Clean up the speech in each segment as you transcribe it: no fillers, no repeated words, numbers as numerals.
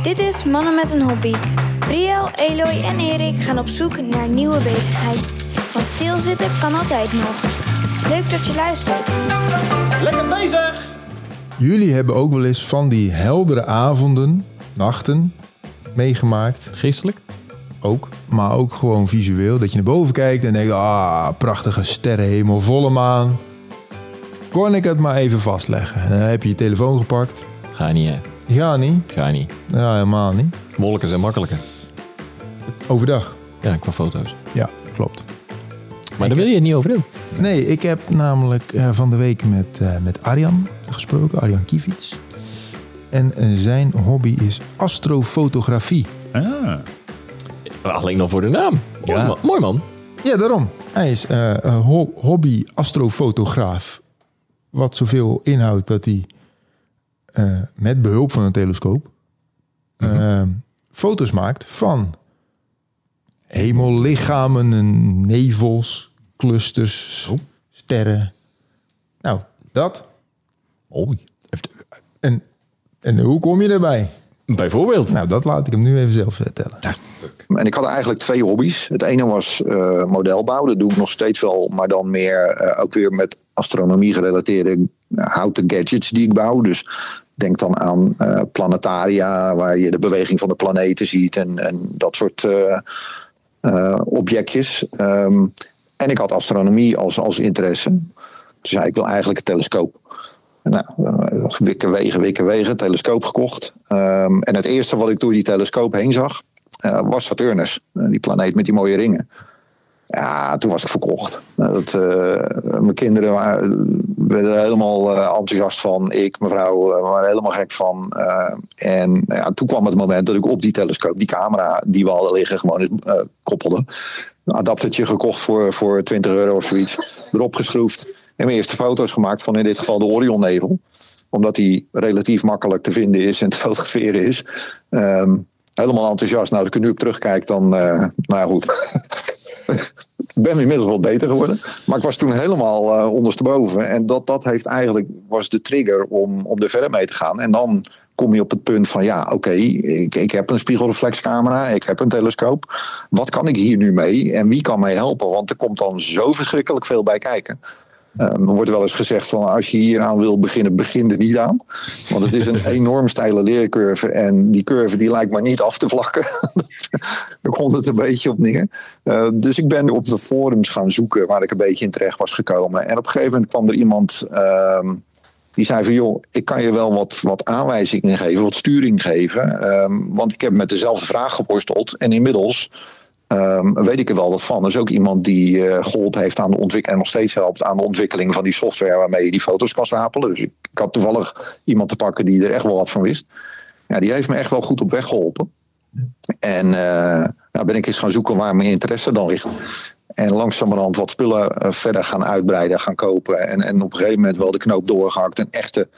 Dit is Mannen met een Hobby. Brielle, Eloy en Erik gaan op zoek naar een nieuwe bezigheid. Want stilzitten kan altijd nog. Leuk dat je luistert. Lekker bezig! Jullie hebben ook wel eens van die heldere avonden, nachten, meegemaakt. Geestelijk? Ook, maar ook gewoon visueel. Dat je naar boven kijkt en denkt, prachtige sterrenhemel, volle maan. Kon ik het maar even vastleggen. En dan heb je je telefoon gepakt. Ga niet, hè? Ja, niet? Ga niet. Ja, helemaal niet. Wolken zijn makkelijker. Overdag. Ja, qua foto's. Ja, klopt. Maar daar wil je het niet over doen. Nee, ik heb namelijk van de week met Arjan gesproken. Arjan Kievits. En zijn hobby is astrofotografie. Alleen al voor de naam. Ja. Mooi man. Ja, daarom. Hij is hobby astrofotograaf. Wat zoveel inhoudt dat hij met behulp van een telescoop foto's maakt van hemellichamen, en nevels, clusters, sterren. Nou, dat. Oei. En hoe kom je erbij? Bijvoorbeeld. Nou, dat laat ik hem nu even zelf vertellen. Ja. En ik had eigenlijk 2 hobby's. Het ene was modelbouw. Dat doe ik nog steeds wel, maar dan meer ook weer met astronomie gerelateerde houten gadgets die ik bouw. Dus denk dan aan planetaria, waar je de beweging van de planeten ziet en dat soort objectjes. En ik had astronomie als interesse. Dus ik wil eigenlijk een telescoop. Nou, wikken wegen, telescoop gekocht. En het eerste wat ik door die telescoop heen zag, was Saturnus. Die planeet met die mooie ringen. Ja, toen was ik verkocht. Mijn kinderen werden er helemaal enthousiast van. Ik, mevrouw, waren helemaal gek van. En toen kwam het moment dat ik op die telescoop, die camera die we hadden liggen, gewoon koppelde. Een adaptertje gekocht voor €20 of zoiets. Erop geschroefd. En mijn eerste foto's gemaakt van in dit geval de Orionnevel. Omdat die relatief makkelijk te vinden is en te fotograferen is. Helemaal enthousiast. Nou, als ik er nu op terugkijk, dan... nou goed. Ik ben inmiddels wel beter geworden. Maar ik was toen helemaal ondersteboven. En dat heeft eigenlijk was de trigger om er verder mee te gaan. En dan kom je op het punt van ik heb een spiegelreflexcamera. Ik heb een telescoop. Wat kan ik hier nu mee? En wie kan mij helpen? Want er komt dan zo verschrikkelijk veel bij kijken. Er wordt wel eens gezegd van als je hier aan wil beginnen, begin er niet aan. Want het is een enorm steile leercurve en die curve die lijkt maar niet af te vlakken. Daar komt het een beetje op neer. Dus ik ben op de forums gaan zoeken waar ik een beetje in terecht was gekomen. En op een gegeven moment kwam er iemand die zei van joh, ik kan je wel wat aanwijzingen geven, wat sturing geven. Want ik heb met dezelfde vraag geworsteld en inmiddels... weet ik er wel wat van. Er is ook iemand die geholpen heeft aan de ontwikkeling en nog steeds helpt aan de ontwikkeling van die software waarmee je die foto's kan stapelen. Dus ik had toevallig iemand te pakken die er echt wel wat van wist. Ja, die heeft me echt wel goed op weg geholpen. En ben ik eens gaan zoeken waar mijn interesse dan ligt. En langzamerhand wat spullen verder gaan uitbreiden, gaan kopen. En op een gegeven moment wel de knoop doorgehakt. Een echte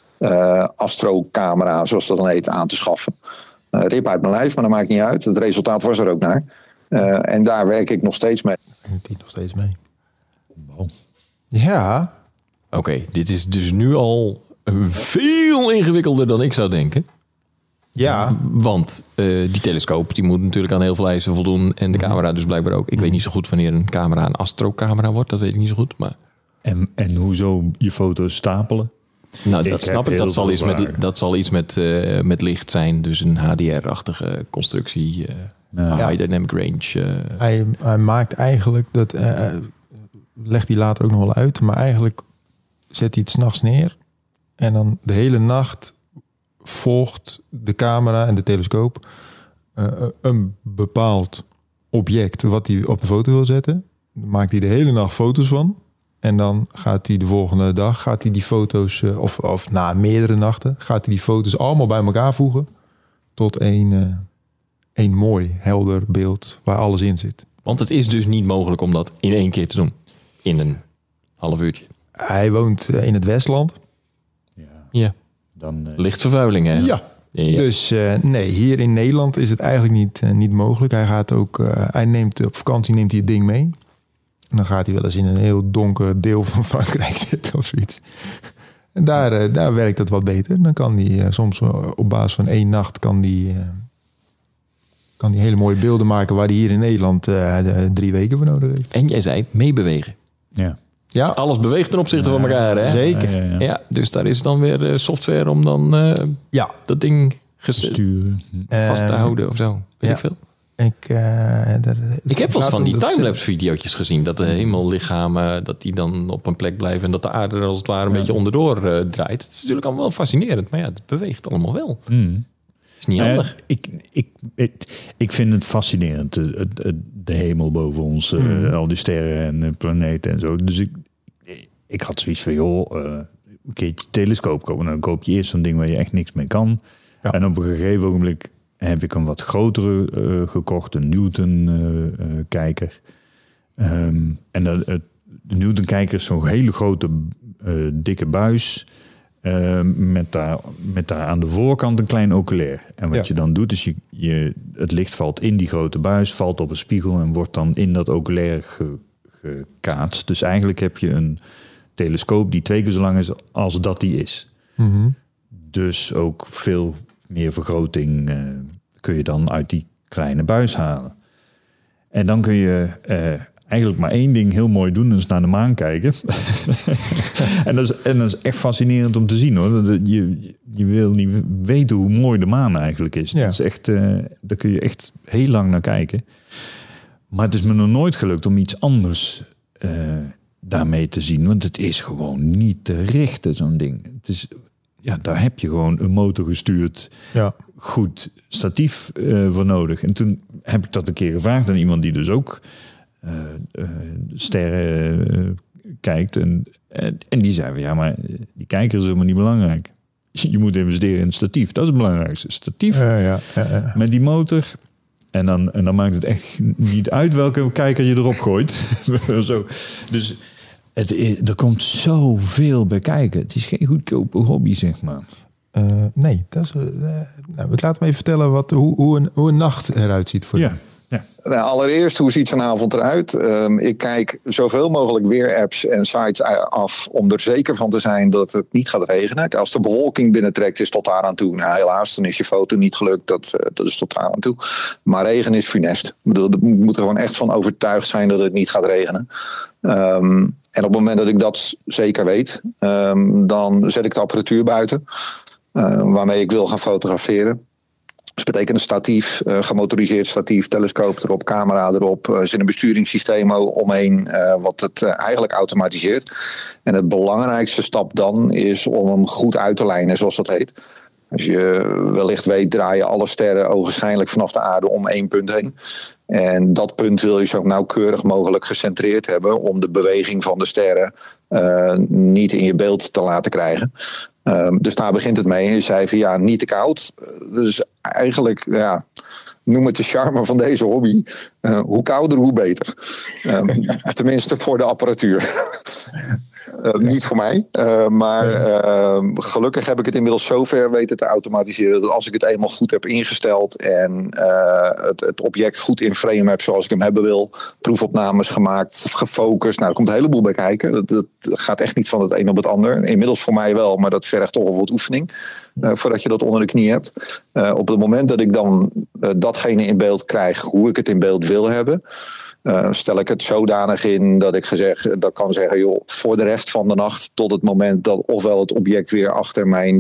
astrocamera, zoals dat dan heet, aan te schaffen. Rip uit mijn lijf, maar dat maakt niet uit. Het resultaat was er ook naar. En daar werk ik nog steeds mee. Die nog steeds mee. Wow. Ja. Oké, dit is dus nu al veel ingewikkelder dan ik zou denken. Ja. Want die telescoop die moet natuurlijk aan heel veel eisen voldoen. En de camera dus blijkbaar ook. Ik weet niet zo goed wanneer een camera een astrocamera wordt. Dat weet ik niet zo goed. Maar... En hoezo je foto's stapelen? Nou, dat snap ik. Dat zal iets met licht zijn. Dus een HDR-achtige constructie. High dynamic range. Hij maakt eigenlijk, dat legt hij later ook nog wel uit, maar eigenlijk zet hij het 's nachts neer en dan de hele nacht volgt de camera en de telescoop een bepaald object wat hij op de foto wil zetten. Dan maakt hij de hele nacht foto's van en dan gaat hij de volgende dag die foto's, of na meerdere nachten, gaat hij die foto's allemaal bij elkaar voegen tot één mooi, helder beeld waar alles in zit. Want het is dus niet mogelijk om dat in 1 keer te doen. In een half uurtje. Hij woont in het Westland. Ja. Dan, Lichtvervuiling, hè? Ja. Dus nee, hier in Nederland is het eigenlijk niet mogelijk. Hij gaat ook, op vakantie neemt hij het ding mee. En dan gaat hij wel eens in een heel donker deel van Frankrijk zitten of zoiets. En daar werkt het wat beter. Dan kan die soms op basis van 1 nacht kan die hele mooie beelden maken waar hij hier in Nederland 3 weken voor nodig heeft. En jij zei meebewegen. Ja. Alles beweegt ten opzichte van elkaar, hè? Zeker. Ja, dus daar is dan weer software om dan dat ding sturen. vast te houden of zo. Weet ik veel. Ik heb wel eens van die timelapse video's gezien. Dat de hemellichamen, dat die dan op een plek blijven. En dat de aarde er als het ware een beetje onderdoor draait. Het is natuurlijk allemaal wel fascinerend. Maar ja, het beweegt allemaal wel. Is niet handig. Ik vind het fascinerend. De hemel boven ons. Al die sterren en planeten en zo. Dus ik had zoiets van, joh, een keertje telescoop kopen. Dan koop je eerst zo'n ding waar je echt niks mee kan. Ja. En op een gegeven ogenblik heb ik een wat grotere gekocht. Een Newton-kijker. En de Newton-kijker is zo'n hele grote, dikke buis. Met daar aan de voorkant een klein oculair. En wat je dan doet, is het licht valt in die grote buis, valt op een spiegel en wordt dan in dat oculair gekaatst. Dus eigenlijk heb je een telescoop die 2 keer zo lang is als dat die is. Mm-hmm. Dus ook veel meer vergroting kun je dan uit die kleine buis halen. En dan kun je eigenlijk maar 1 ding heel mooi doen, dat is naar de maan kijken. en dat is echt fascinerend om te zien, hoor. Je wil niet weten hoe mooi de maan eigenlijk is. Ja. Dat is echt, daar kun je echt heel lang naar kijken. Maar het is me nog nooit gelukt om iets anders daarmee te zien. Want het is gewoon niet te richten, zo'n ding. Het is, daar heb je gewoon een motor gestuurd. Ja. Goed statief voor nodig. En toen heb ik dat een keer gevraagd aan iemand die dus ook sterren kijkt. En die zei van, ja, maar die kijker is helemaal niet belangrijk. Je moet investeren in het statief. Dat is het belangrijkste. Statief met die motor. En dan maakt het echt niet uit welke kijker je erop gooit. Zo. Dus er komt zoveel bij kijken. Het is geen goedkope hobby, zeg maar. Nee, dat is, laat me even vertellen hoe een nacht eruit ziet voor je. Ja. Nou, allereerst, hoe ziet zo'n avond eruit? Ik kijk zoveel mogelijk weerapps en sites af om er zeker van te zijn dat het niet gaat regenen. Als de bewolking binnentrekt, is tot daar aan toe. Nou, helaas, dan is je foto niet gelukt. Dat is tot daar aan toe. Maar regen is funest. Ik bedoel, je moet er gewoon echt van overtuigd zijn dat het niet gaat regenen. En op het moment dat ik dat zeker weet, dan zet ik de apparatuur buiten. Waarmee ik wil gaan fotograferen. Dus dat betekent een statief, gemotoriseerd statief, telescoop erop, camera erop. Er zit een besturingssysteem omheen wat het eigenlijk automatiseert. En het belangrijkste stap dan is om hem goed uit te lijnen, zoals dat heet. Als je wellicht weet, draaien alle sterren ogenschijnlijk vanaf de aarde om 1 punt heen. En dat punt wil je zo nauwkeurig mogelijk gecentreerd hebben om de beweging van de sterren niet in je beeld te laten krijgen. Dus daar begint het mee. Je zei van niet te koud. Dus eigenlijk, noem het de charme van deze hobby. Hoe kouder, hoe beter. Tenminste voor de apparatuur. Niet voor mij. Maar gelukkig heb ik het inmiddels zover weten te automatiseren. Dat als ik het eenmaal goed heb ingesteld. En het object goed in frame heb zoals ik hem hebben wil. Proefopnames gemaakt, gefocust. Nou, er komt een heleboel bij kijken. Dat gaat echt niet van het een op het ander. Inmiddels voor mij wel, maar dat vergt toch wel wat oefening. Voordat je dat onder de knie hebt. Op het moment dat ik dan datgene in beeld krijg hoe ik het in beeld wil hebben. Stel ik het zodanig in dat ik kan zeggen, joh, voor de rest van de nacht tot het moment dat ofwel het object weer achter mijn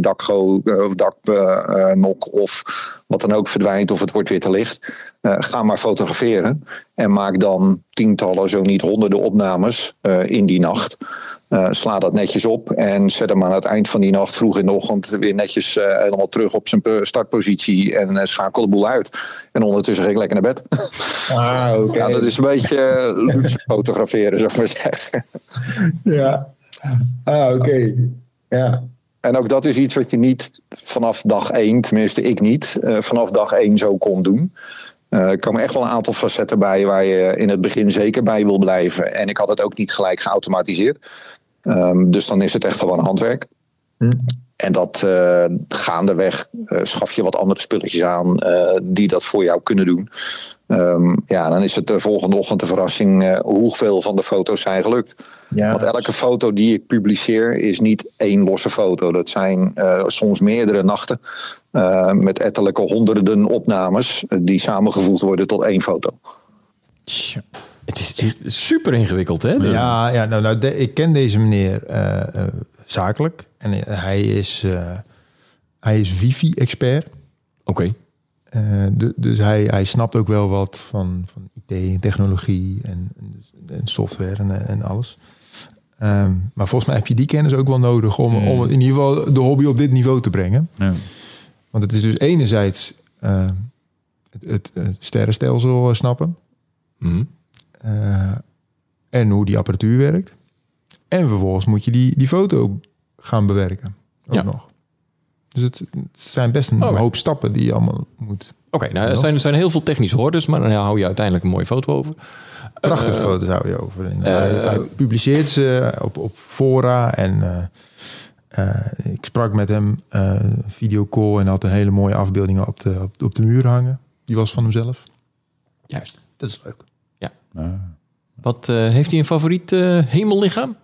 daknok of wat dan ook verdwijnt of het wordt weer te licht. Ga maar fotograferen en maak dan tientallen, zo niet honderden opnames in die nacht. Sla dat netjes op en zet hem aan het eind van die nacht vroeg in de ochtend weer netjes helemaal terug op zijn startpositie en schakel de boel uit. En ondertussen ga ik lekker naar bed. Okay. Ja, dat is een beetje luxe fotograferen, zou ik maar zeggen. Ja, oké. Ja. En ook dat is iets wat je niet vanaf dag 1, tenminste ik niet, vanaf dag 1 zo kon doen. Er komen echt wel een aantal facetten bij waar je in het begin zeker bij wil blijven. En ik had het ook niet gelijk geautomatiseerd. Dus dan is het echt gewoon handwerk. En dat gaandeweg schaf je wat andere spulletjes aan die dat voor jou kunnen doen. Dan is het de volgende ochtend de verrassing hoeveel van de foto's zijn gelukt. Ja. Want elke foto die ik publiceer is niet 1 losse foto. Dat zijn soms meerdere nachten met ettelijke honderden opnames die samengevoegd worden tot 1 foto. Tja. Het is echt super ingewikkeld, hè? Ik ken deze meneer zakelijk. En hij is wifi-expert. Oké. Dus hij snapt ook wel wat van IT en technologie en software en alles. Maar volgens mij heb je die kennis ook wel nodig om in ieder geval de hobby op dit niveau te brengen. Ja. Want het is dus enerzijds het sterrenstelsel snappen. En hoe die apparatuur werkt. En vervolgens moet je die foto gaan bewerken. Ook nog. Dus het zijn best een hoop stappen die je allemaal moet... Oké, er zijn heel veel technische hordes, maar dan hou je uiteindelijk een mooie foto over. Prachtige foto's hou je over. Hij publiceert ze op fora en ik sprak met hem videocall en had een hele mooie afbeeldingen op de muur hangen. Die was van hemzelf. Juist. Dat is leuk. Ja. Wat heeft hij een favoriet hemellichaam?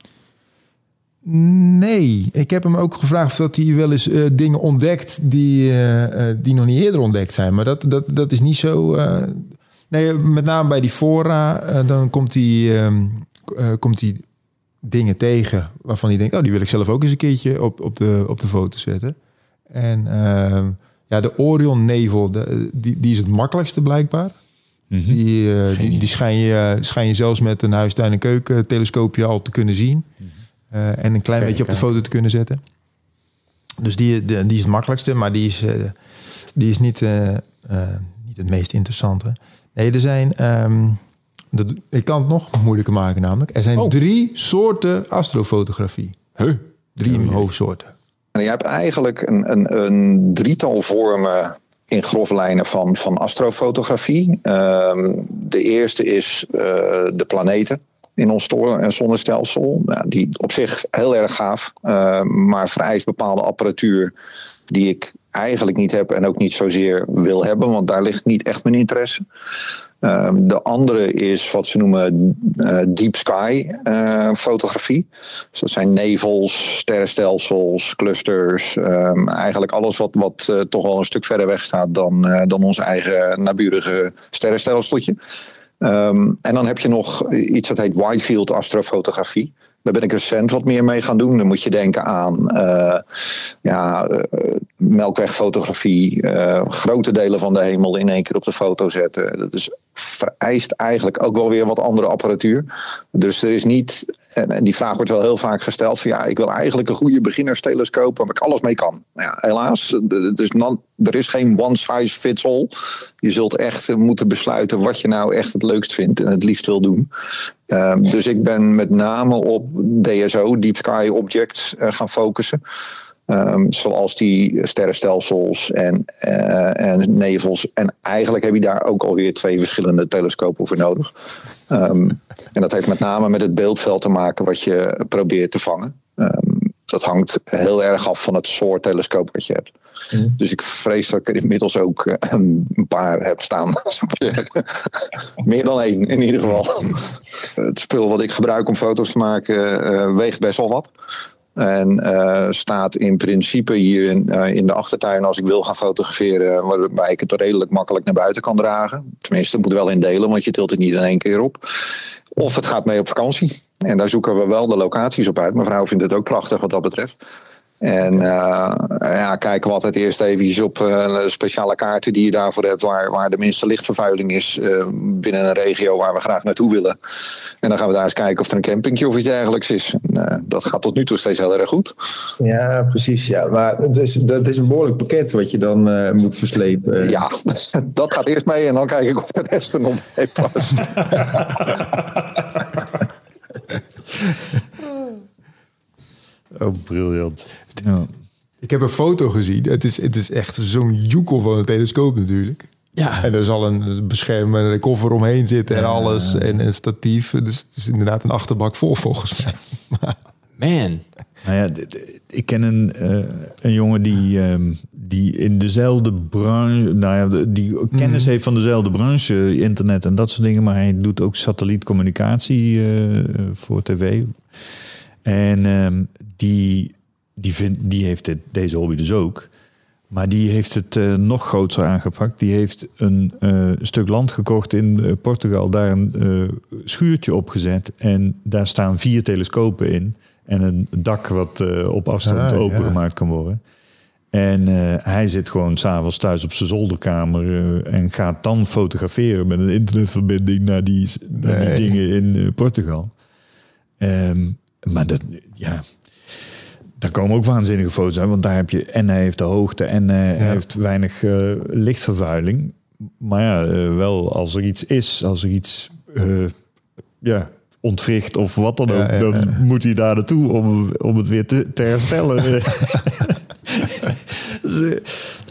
Nee, ik heb hem ook gevraagd of hij wel eens dingen ontdekt die nog niet eerder ontdekt zijn. Maar dat is niet zo... Nee, met name bij die fora, dan komt hij dingen tegen waarvan hij denkt... die wil ik zelf ook eens een keertje op de foto zetten. En de Orion-nevel, die is het makkelijkste blijkbaar. Mm-hmm. Die schijn je zelfs met een huistuin- en keukentelescoopje al te kunnen zien. Mm-hmm. En een klein beetje op de foto te kunnen zetten. Dus die is het makkelijkste, maar die is niet het meest interessante. Nee, er zijn... ik kan het nog moeilijker maken namelijk. Er zijn 3 soorten astrofotografie. 3 hoofdsoorten. En je hebt eigenlijk een 3-tal vormen in grove lijnen van astrofotografie. De eerste is de planeten in ons zonnestelsel. Die op zich heel erg gaaf, maar vereist bepaalde apparatuur die ik eigenlijk niet heb en ook niet zozeer wil hebben, want daar ligt niet echt mijn interesse. De andere is wat ze noemen deep sky fotografie. Dus dat zijn nevels, sterrenstelsels, clusters. Eigenlijk alles wat toch wel een stuk verder weg staat dan ons eigen naburige sterrenstelseltje. En dan heb je nog iets dat heet widefield astrofotografie. Daar ben ik recent wat meer mee gaan doen. Dan moet je denken aan melkwegfotografie. Grote delen van de hemel in één keer op de foto zetten. Dat is vereist eigenlijk ook wel weer wat andere apparatuur. Dus er is niet... En die vraag wordt wel heel vaak gesteld van ik wil eigenlijk een goede beginnerstelescoop waar ik alles mee kan. Ja, helaas, er is geen one size fits all. Je zult echt moeten besluiten wat je nou echt het leukst vindt en het liefst wil doen. Dus ik ben met name op DSO, Deep Sky Objects, gaan focussen. Zoals die sterrenstelsels en nevels. En eigenlijk heb je daar ook alweer 2 verschillende telescopen voor nodig. En dat heeft met name met het beeldveld te maken wat je probeert te vangen. Dat hangt heel erg af van het soort telescoop wat je hebt. Dus ik vrees dat ik er inmiddels ook een paar heb staan. Meer dan 1 in ieder geval. Het spul wat ik gebruik om foto's te maken weegt best wel wat. En staat in principe hier in de achtertuin als ik wil gaan fotograferen, waarbij ik het redelijk makkelijk naar buiten kan dragen. Tenminste, het moet wel indelen, want je tilt het niet in één keer op. Of het gaat mee op vakantie. En daar zoeken we wel de locaties op uit. Mijn vrouw vindt het ook prachtig wat dat betreft. En kijken we altijd eerst even op speciale kaarten die je daarvoor hebt, waar de minste lichtvervuiling is binnen een regio waar we graag naartoe willen. En dan gaan we daar eens kijken of er een campingje of iets dergelijks is. En, dat gaat tot nu toe steeds heel erg goed. Ja, precies. Ja. Maar dat is een behoorlijk pakket wat je dan moet verslepen. Ja, dat gaat eerst mee en dan kijk ik of de rest er nog mee past. Oh, briljant. Ja. Ik heb een foto gezien. Het is echt zo'n joekel van een telescoop natuurlijk. Ja. En er zal een beschermende koffer omheen zitten en alles. En een statief. Dus het is inderdaad een achterbak vol volgens mij. Man. Nou ja, ik ken een jongen die in dezelfde branche, die kennis heeft van dezelfde branche, internet en dat soort dingen, maar hij doet ook satellietcommunicatie voor tv. En die heeft deze hobby dus ook. Maar die heeft het nog groter aangepakt. Die heeft een stuk land gekocht in Portugal, daar een schuurtje opgezet en daar staan 4 telescopen in en een dak wat op afstand opengemaakt kan worden. En hij zit gewoon 's avonds thuis op zijn zolderkamer en gaat dan fotograferen met een internetverbinding naar die dingen in Portugal. Maar daar komen ook waanzinnige foto's uit, want daar heb je en hij heeft de hoogte en hij heeft weinig lichtvervuiling. Maar wel als er iets ontwricht of wat dan ook, dan moet hij daar naartoe om het weer te herstellen. Dus,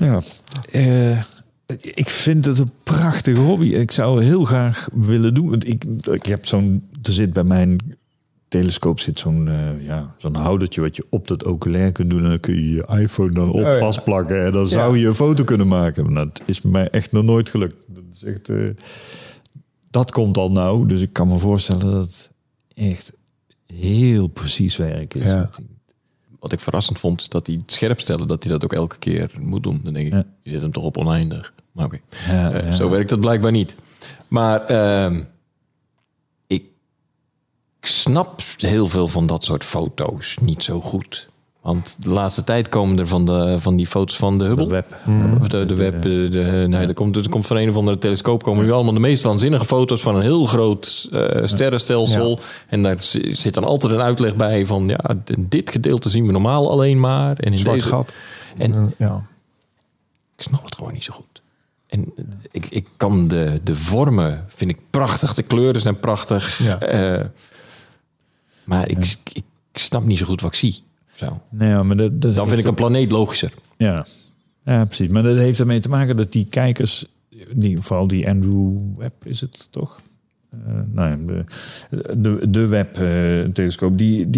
ik vind het een prachtige hobby. Ik zou het heel graag willen doen. Want ik heb er zit bij mijn telescoop zo'n houdertje wat je op dat oculair kunt doen en dan kun je je iPhone dan op vastplakken en dan zou je een foto kunnen maken. Maar dat is mij echt nog nooit gelukt. Dat is echt, dat komt al nou, dus ik kan me voorstellen dat het echt heel precies werk is. Ja. Wat ik verrassend vond, is dat hij het scherp stellen, dat hij dat ook elke keer moet doen. Dan denk ik, je zit hem toch op oneindig. Maar oké, zo werkt het blijkbaar niet. Maar ik snap heel veel van dat soort foto's niet zo goed. Want de laatste tijd komen er van die foto's van de Hubble. De web. Er komt van een of andere telescoop komen nu allemaal de meest waanzinnige foto's van een heel groot sterrenstelsel. Ja. En daar zit dan altijd een uitleg bij van dit gedeelte zien we normaal alleen maar. En in zwart gat. En ik snap het gewoon niet zo goed. En ik kan de vormen vind ik prachtig. De kleuren zijn prachtig. Ja. Maar ik snap niet zo goed wat ik zie. Zo. Nee, maar dan vind ik een planeet logischer. Ja, precies. Maar dat heeft ermee te maken dat die kijkers, vooral die Andrew Webb is het toch? De Webb-telescoop,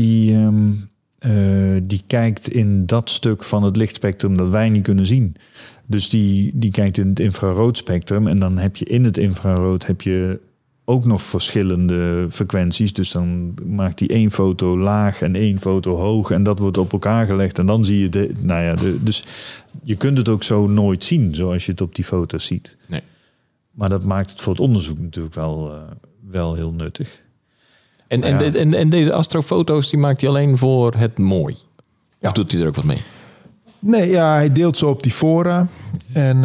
die kijkt in dat stuk van het lichtspectrum dat wij niet kunnen zien. Dus die kijkt in het infraroodspectrum en dan heb je in het infrarood ook nog verschillende frequenties. Dus dan maakt hij 1 foto laag en 1 foto hoog en dat wordt op elkaar gelegd en dan zie je dus je kunt het ook zo nooit zien zoals je het op die foto's ziet. Nee. Maar dat maakt het voor het onderzoek natuurlijk wel heel nuttig. En deze astrofoto's die maakt hij alleen voor het mooi? Of doet hij er ook wat mee? Nee, hij deelt ze op die fora. En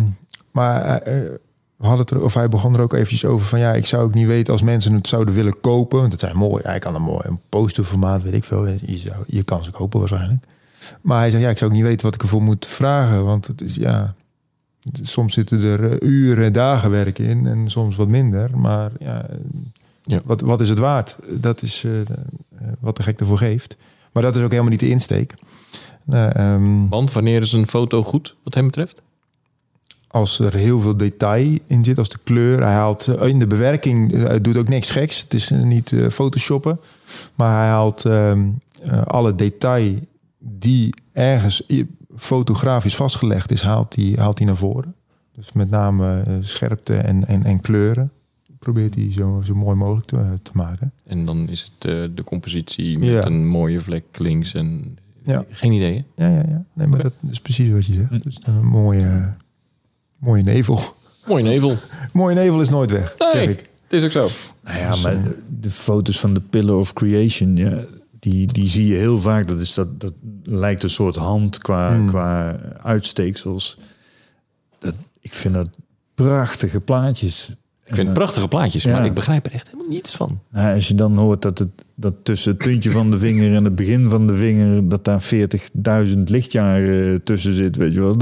hij begon er ook eventjes over van ik zou ook niet weten als mensen het zouden willen kopen. Want het zijn mooi. Hij kan een posterformaat, weet ik veel. Je kan ze kopen waarschijnlijk. Maar hij zegt ik zou ook niet weten wat ik ervoor moet vragen. Want het is soms zitten er uren en dagen werk in en soms wat minder. Maar wat is het waard? Dat is wat de gek ervoor geeft. Maar dat is ook helemaal niet de insteek. Want wanneer is een foto goed wat hem betreft? Als er heel veel detail in zit, als de kleur. Hij haalt in de bewerking, doet ook niks geks. Het is niet photoshoppen. Maar hij haalt alle detail die ergens fotografisch vastgelegd is, haalt hij naar voren. Dus met name scherpte en kleuren probeert hij zo mooi mogelijk te maken. En dan is het de compositie met een mooie vlek links en geen idee. Hè? Ja. Nee, maar dat is precies wat je zegt. Dus een mooie nevel. Mooie nevel. Mooie nevel is nooit weg, zeg ik. Het is ook zo. Maar de foto's van de Pillar of Creation, die zie je heel vaak. Dat lijkt een soort hand qua uitsteeksels. Ik vind dat prachtige plaatjes. Ik vind prachtige plaatjes, maar ik begrijp er echt helemaal niets van. Als je dan hoort dat tussen het puntje van de vinger en het begin van de vinger, dat daar 40.000 lichtjaren tussen zit, weet je wel.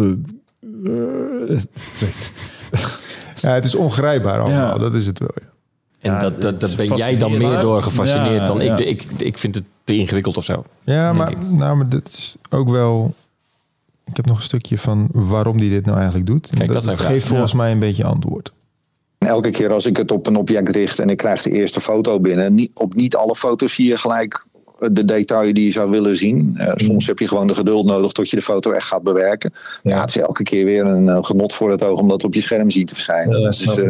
Het is ongrijpbaar allemaal, dat is het wel. Ja. En dat ben jij dan meer door gefascineerd dan ik. Ik vind het te ingewikkeld of zo. Ja, maar dat is ook wel. Ik heb nog een stukje van waarom die dit nou eigenlijk doet. Kijk, dat geeft volgens mij een beetje antwoord. Elke keer als ik het op een object richt en ik krijg de eerste foto binnen, niet alle foto's zie je gelijk de detail die je zou willen zien. Soms heb je gewoon de geduld nodig tot je de foto echt gaat bewerken. Ja, het is elke keer weer een genot voor het oog om dat op je scherm zien te verschijnen.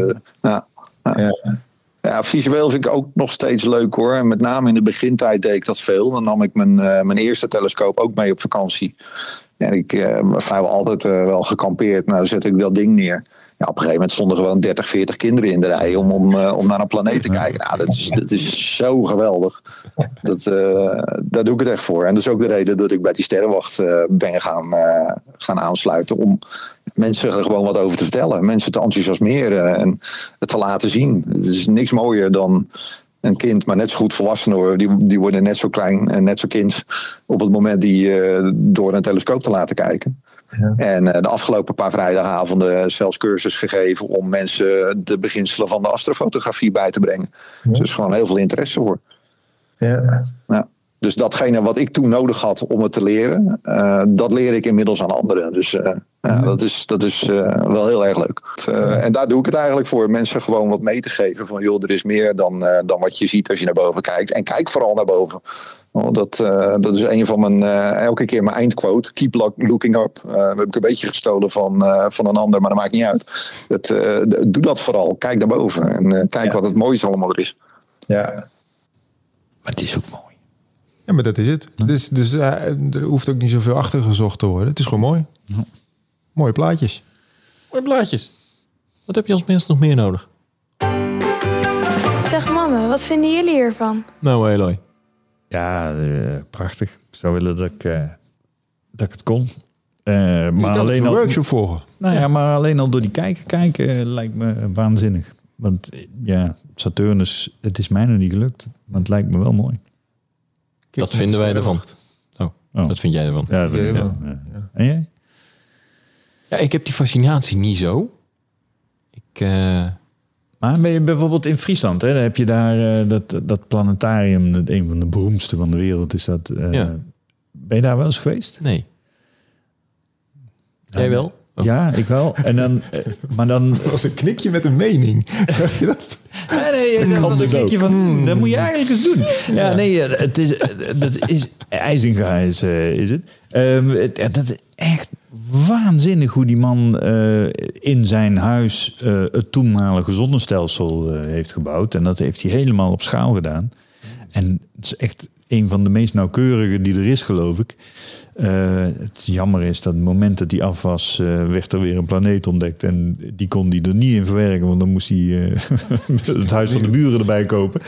Ja, visueel vind ik ook nog steeds leuk hoor. En met name in de begintijd deed ik dat veel. Dan nam ik mijn eerste telescoop ook mee op vakantie. En ik vrijwel altijd wel gekampeerd. Nou, dan zet ik dat ding neer. Ja, op een gegeven moment stonden er gewoon 30, 40 kinderen in de rij om naar een planeet te kijken. Nou, dat is zo geweldig. Daar doe ik het echt voor. En dat is ook de reden dat ik bij die sterrenwacht ben gaan aansluiten. Om mensen er gewoon wat over te vertellen. Mensen te enthousiasmeren en het te laten zien. Het is niks mooier dan een kind, maar net zo goed volwassenen. Die worden net zo klein en net zo kind op het moment die door een telescoop te laten kijken. Ja. En de afgelopen paar vrijdagavonden zelfs cursus gegeven om mensen de beginselen van de astrofotografie bij te brengen. Ja. Dus er is gewoon heel veel interesse voor. Ja. Nou, dus datgene wat ik toen nodig had om het te leren, dat leer ik inmiddels aan anderen. Dus dat is wel heel erg leuk. En daar doe ik het eigenlijk voor. Mensen gewoon wat mee te geven van joh, er is meer dan wat je ziet als je naar boven kijkt. En kijk vooral naar boven. Dat is een van mijn elke keer mijn eindquote. Keep looking up. Heb ik een beetje gestolen van een ander, maar dat maakt niet uit. Doe dat vooral. Kijk naar boven. En kijk wat het mooiste allemaal er is. Ja. Maar het is ook mooi. Ja, maar dat is het. Dus er hoeft ook niet zoveel achter gezocht te worden. Het is gewoon mooi. Ja. Mooie plaatjes. Mooie plaatjes. Wat heb je als mens nog meer nodig? Zeg mannen, wat vinden jullie hiervan? Nou, Eloy. Ja, prachtig. Ik zou willen dat ik het kon. Maar alleen al workshop volgen. Nou ja, maar alleen al door die kijken lijkt me waanzinnig. Want ja, Saturnus, het is mij nog niet gelukt. Maar het lijkt me wel mooi. Dat vinden wij ervan. Oh, dat vind jij ervan. Ja, dat vind ik wel. Ja. En jij? Ja, ik heb die fascinatie niet zo. Maar ben je bijvoorbeeld in Friesland, hè? Dan heb je daar dat planetarium, een van de beroemdste van de wereld is dat. Ben je daar wel eens geweest? Nee. Jij wel? Oh. Ja, ik wel. En dan, maar dan... Dat was een knikje met een mening. Zeg je dat? Nee, dat was een knikje van... Dat moet je eigenlijk eens doen. Ja, nee, dat is IJzinga is het. Dat is echt waanzinnig hoe die man in zijn huis het toenmalige zonnestelsel heeft gebouwd. En dat heeft hij helemaal op schaal gedaan. En het is echt een van de meest nauwkeurige die er is, geloof ik. Het jammer is dat het moment dat hij af was, werd er weer een planeet ontdekt. En die kon hij er niet in verwerken, want dan moest hij het huis van de buren erbij kopen.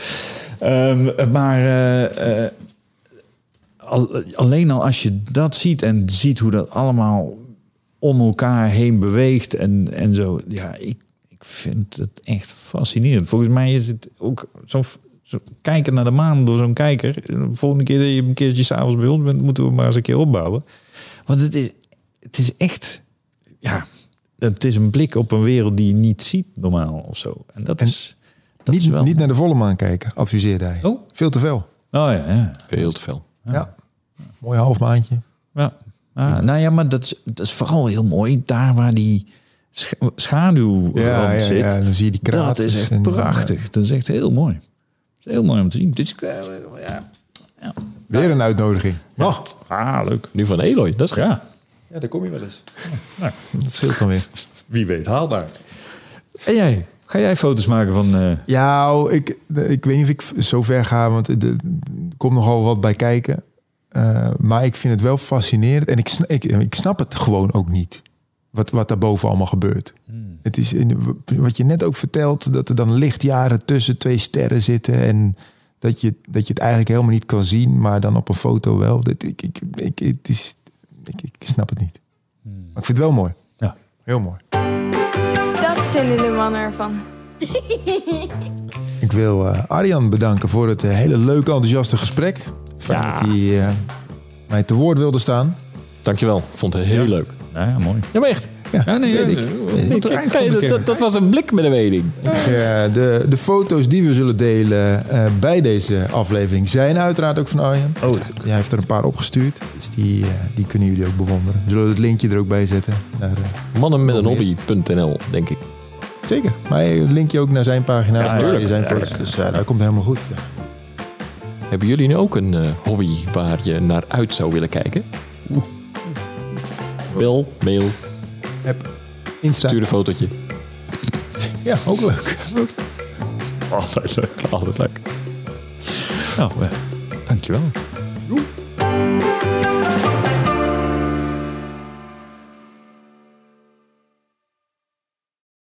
Alleen al als je dat ziet en ziet hoe dat allemaal om elkaar heen beweegt en zo. Ja, ik vind het echt fascinerend. Volgens mij is het ook zo kijken naar de maan door zo'n kijker. De volgende keer dat je een keertje 's avonds bij ons bent, moeten we maar eens een keer opbouwen. Want het is echt... Ja, het is een blik op een wereld die je niet ziet normaal of zo. En dat is wel... Niet naar de volle maan kijken, adviseerde hij. Oh? Veel te veel. Oh ja. Veel te veel. Ja. Mooi halfmaandje. Ja. Nou ja, maar dat is vooral heel mooi. Daar waar die schaduw zit. Ja, dan zie je die kraters. Dat is echt prachtig. Dat is echt heel mooi. Het is heel mooi om te zien. Dit is, weer een uitnodiging. Leuk. Nu van Eloy, dat is ja, daar kom je wel eens. Nou, dat scheelt dan weer. Wie weet, haalbaar. En jij? Ga jij foto's maken van... Ja, ik weet niet of ik zo ver ga, want er komt nogal wat bij kijken. Maar ik vind het wel fascinerend. En ik snap het gewoon ook niet. Wat daarboven allemaal gebeurt. Het is wat je net ook vertelt, dat er dan lichtjaren tussen twee sterren zitten. En dat je het eigenlijk helemaal niet kan zien, maar dan op een foto wel. Ik snap het niet. Maar ik vind het wel mooi. Ja. Heel mooi. Dat vinden de mannen ervan. Ik wil Arjan bedanken voor het hele leuke, enthousiaste gesprek. Fijn dat hij mij te woord wilde staan. Dankjewel. Ik vond het heel leuk. Ja, mooi. Ja, maar echt. Ja, Dat was een blik met een mening. De foto's die we zullen delen bij deze aflevering zijn uiteraard ook van Arjan. Oh, hij heeft er een paar opgestuurd. Dus die kunnen jullie ook bewonderen. We zullen het linkje er ook bij zetten. Mannenmeteenhobby.nl, denk ik. Zeker. Maar een linkje ook naar zijn pagina. Ja, natuurlijk. Zijn foto's. Dus dat komt helemaal goed. Hebben jullie nu ook een hobby waar je naar uit zou willen kijken? Bel, mail. App, Insta. Stuur een fotootje. Ja, ook leuk. Altijd leuk. Altijd leuk. Nou, dankjewel.